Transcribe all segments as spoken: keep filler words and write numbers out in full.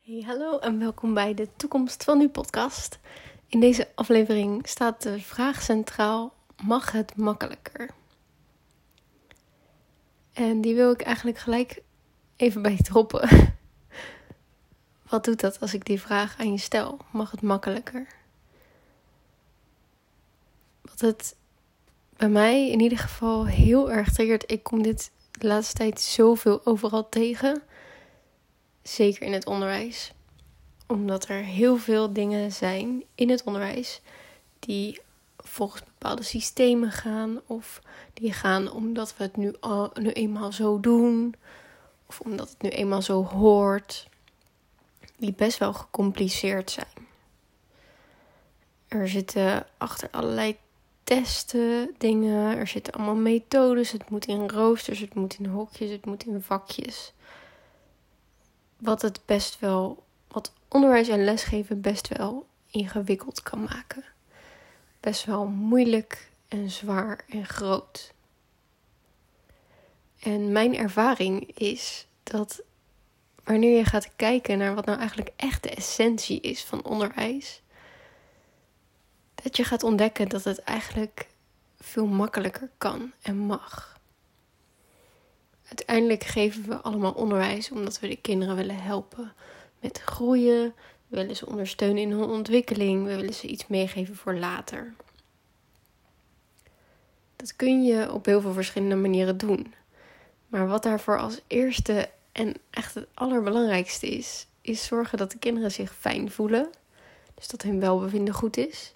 Hey, hallo en welkom bij de Toekomst van uw podcast. In deze aflevering staat de vraag centraal: mag het makkelijker? En die wil ik eigenlijk gelijk even bij droppen. Wat doet dat als ik die vraag aan je stel? Mag het makkelijker? Wat het bij mij in ieder geval heel erg triggert. Ik kom dit de laatste tijd zoveel overal tegen. Zeker in het onderwijs. Omdat er heel veel dingen zijn in het onderwijs die volgens bepaalde systemen gaan. Of die gaan omdat we het nu, al, nu eenmaal zo doen. Of omdat het nu eenmaal zo hoort. Die best wel gecompliceerd zijn. Er zitten achter allerlei testen dingen. Er zitten allemaal methodes. Het moet in roosters, het moet in hokjes, het moet in vakjes. Wat het best wel, wat onderwijs en lesgeven best wel ingewikkeld kan maken. Best wel moeilijk en zwaar en groot. En mijn ervaring is dat wanneer je gaat kijken naar wat nou eigenlijk echt de essentie is van onderwijs, dat je gaat ontdekken dat het eigenlijk veel makkelijker kan en mag. Uiteindelijk geven we allemaal onderwijs omdat we de kinderen willen helpen met groeien. We willen ze ondersteunen in hun ontwikkeling. We willen ze iets meegeven voor later. Dat kun je op heel veel verschillende manieren doen. Maar wat daarvoor als eerste en echt het allerbelangrijkste is, is zorgen dat de kinderen zich fijn voelen. Dus dat hun welbevinden goed is.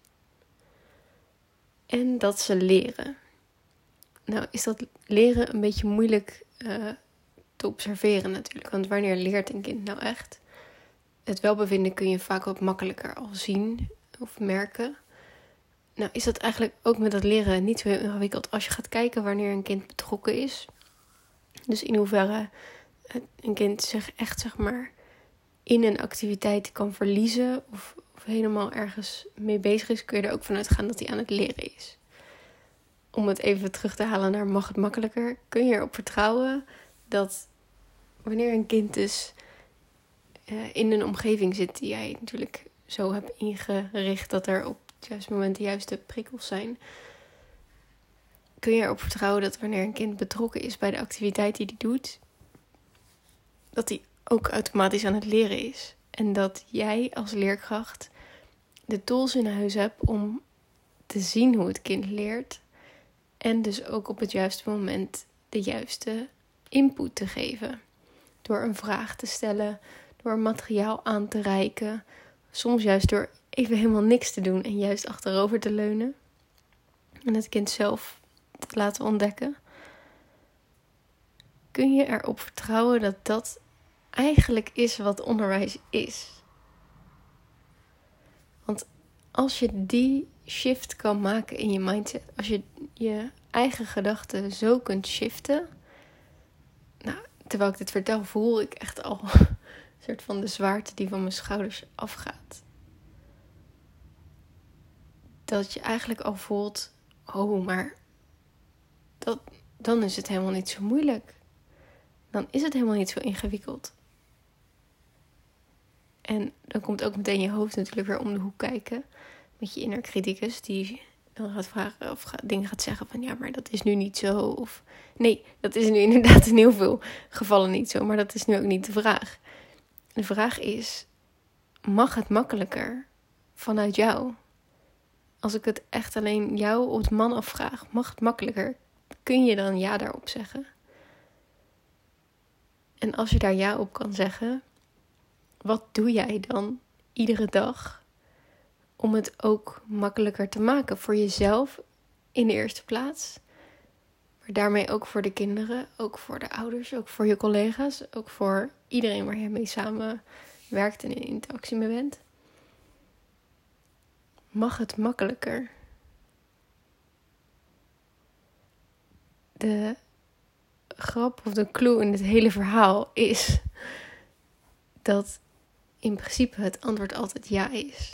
En dat ze leren. Nou is dat leren een beetje moeilijk uh, te observeren natuurlijk. Want wanneer leert een kind nou echt? Het welbevinden kun je vaak wat makkelijker al zien of merken. Nou is dat eigenlijk ook met dat leren niet zo heel ingewikkeld. Als je gaat kijken wanneer een kind betrokken is. Dus in hoeverre een kind zich echt zeg maar in een activiteit kan verliezen. Of, of helemaal ergens mee bezig is. Kun je er ook vanuit gaan dat hij aan het leren is. Om het even terug te halen naar mag het makkelijker. Kun je erop vertrouwen dat wanneer een kind dus uh, in een omgeving zit die jij natuurlijk zo hebt ingericht dat er op het juiste moment de juiste prikkels zijn. Kun je erop vertrouwen dat wanneer een kind betrokken is bij de activiteit die hij doet, dat hij ook automatisch aan het leren is. En dat jij als leerkracht de tools in huis hebt om te zien hoe het kind leert. En dus ook op het juiste moment de juiste input te geven. Door een vraag te stellen, door materiaal aan te reiken. Soms juist door even helemaal niks te doen en juist achterover te leunen. En het kind zelf te laten ontdekken. Kun je erop vertrouwen dat dat eigenlijk is wat onderwijs is. Want als je die shift kan maken in je mindset, als je je eigen gedachten zo kunt shiften. Nou, terwijl ik dit vertel, voel ik echt al een soort van de zwaarte die van mijn schouders afgaat. Dat je eigenlijk al voelt, oh, maar dat, dan is het helemaal niet zo moeilijk. Dan is het helemaal niet zo ingewikkeld. En dan komt ook meteen je hoofd natuurlijk weer om de hoek kijken. Met je inner criticus die dan gaat vragen of gaat, dingen gaat zeggen van ja, maar dat is nu niet zo. Of nee, dat is nu inderdaad in heel veel gevallen niet zo. Maar dat is nu ook niet de vraag. De vraag is, mag het makkelijker vanuit jou? Als ik het echt alleen jou op het man afvraag, mag het makkelijker? Kun je dan ja daarop zeggen? En als je daar ja op kan zeggen, wat doe jij dan iedere dag om het ook makkelijker te maken voor jezelf in de eerste plaats? Maar daarmee ook voor de kinderen, ook voor de ouders, ook voor je collega's, ook voor iedereen waar je mee samen werkt en in interactie mee bent. Mag het makkelijker? De grap of de clue in dit hele verhaal is dat in principe het antwoord altijd ja is.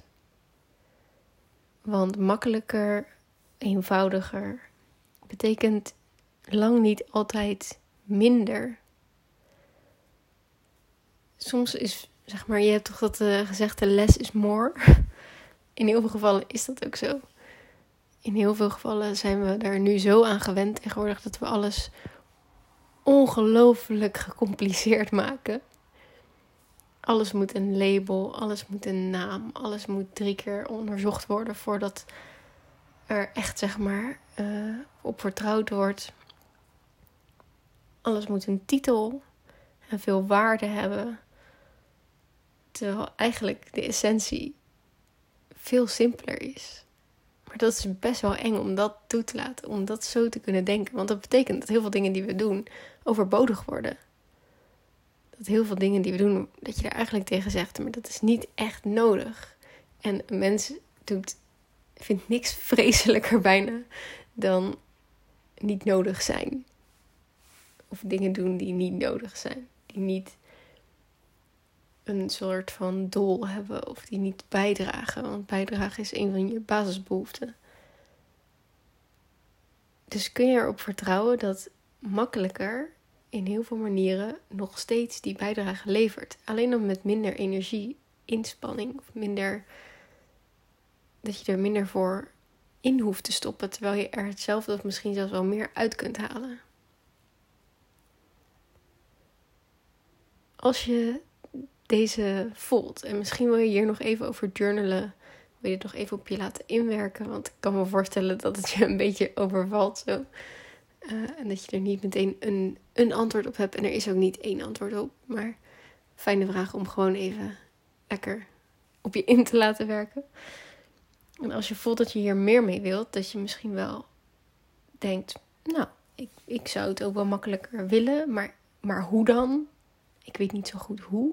Want makkelijker, eenvoudiger betekent lang niet altijd minder. Soms is zeg maar, je hebt toch dat uh, gezegde less is more. In heel veel gevallen is dat ook zo. In heel veel gevallen zijn we daar nu zo aan gewend tegenwoordig dat we alles ongelooflijk gecompliceerd maken. Alles moet een label, alles moet een naam, alles moet drie keer onderzocht worden voordat er echt, zeg maar, uh, op vertrouwd wordt. Alles moet een titel en veel waarde hebben. Terwijl eigenlijk de essentie veel simpeler is. Maar dat is best wel eng om dat toe te laten, om dat zo te kunnen denken. Want dat betekent dat heel veel dingen die we doen overbodig worden. Dat heel veel dingen die we doen, dat je daar eigenlijk tegen zegt, maar dat is niet echt nodig. En een mens doet, vindt niks vreselijker bijna dan niet nodig zijn. Of dingen doen die niet nodig zijn. Die niet een soort van doel hebben of die niet bijdragen. Want bijdragen is een van je basisbehoeften. Dus kun je erop vertrouwen dat makkelijker in heel veel manieren nog steeds die bijdrage levert. Alleen dan met minder energie, inspanning of minder, dat je er minder voor in hoeft te stoppen, terwijl je er hetzelfde of misschien zelfs wel meer uit kunt halen. Als je deze voelt, en misschien wil je hier nog even over journalen, wil je het nog even op je laten inwerken, want ik kan me voorstellen dat het je een beetje overvalt zo. Uh, en dat je er niet meteen een, een antwoord op hebt. En er is ook niet één antwoord op. Maar fijne vraag om gewoon even lekker op je in te laten werken. En als je voelt dat je hier meer mee wilt. Dat je misschien wel denkt. Nou, ik, ik zou het ook wel makkelijker willen. Maar, maar hoe dan? Ik weet niet zo goed hoe.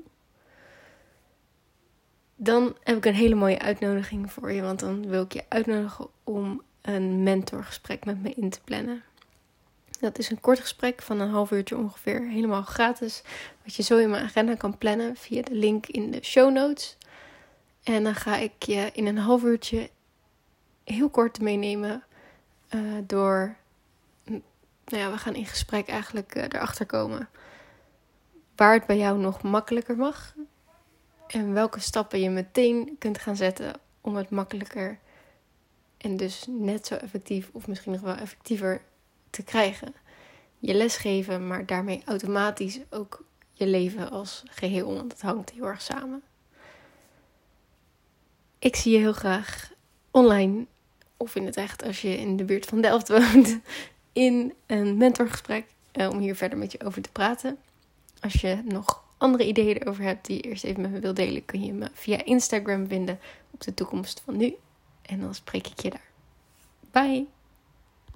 Dan heb ik een hele mooie uitnodiging voor je. Want dan wil ik je uitnodigen om een mentorgesprek met me in te plannen. Dat is een kort gesprek van een half uurtje ongeveer, helemaal gratis. Wat je zo in mijn agenda kan plannen via de link in de show notes. En dan ga ik je in een half uurtje heel kort meenemen uh, door... Nou ja, we gaan in gesprek eigenlijk uh, erachter komen waar het bij jou nog makkelijker mag. En welke stappen je meteen kunt gaan zetten om het makkelijker en dus net zo effectief of misschien nog wel effectiever te krijgen. Je lesgeven, maar daarmee automatisch ook je leven als geheel, want dat hangt heel erg samen. Ik zie je heel graag online of in het echt als je in de buurt van Delft woont in een mentorgesprek eh, om hier verder met je over te praten. Als je nog andere ideeën erover hebt die je eerst even met me wilt delen, kun je me via Instagram vinden op de toekomst van nu. En dan spreek ik je daar. Bye!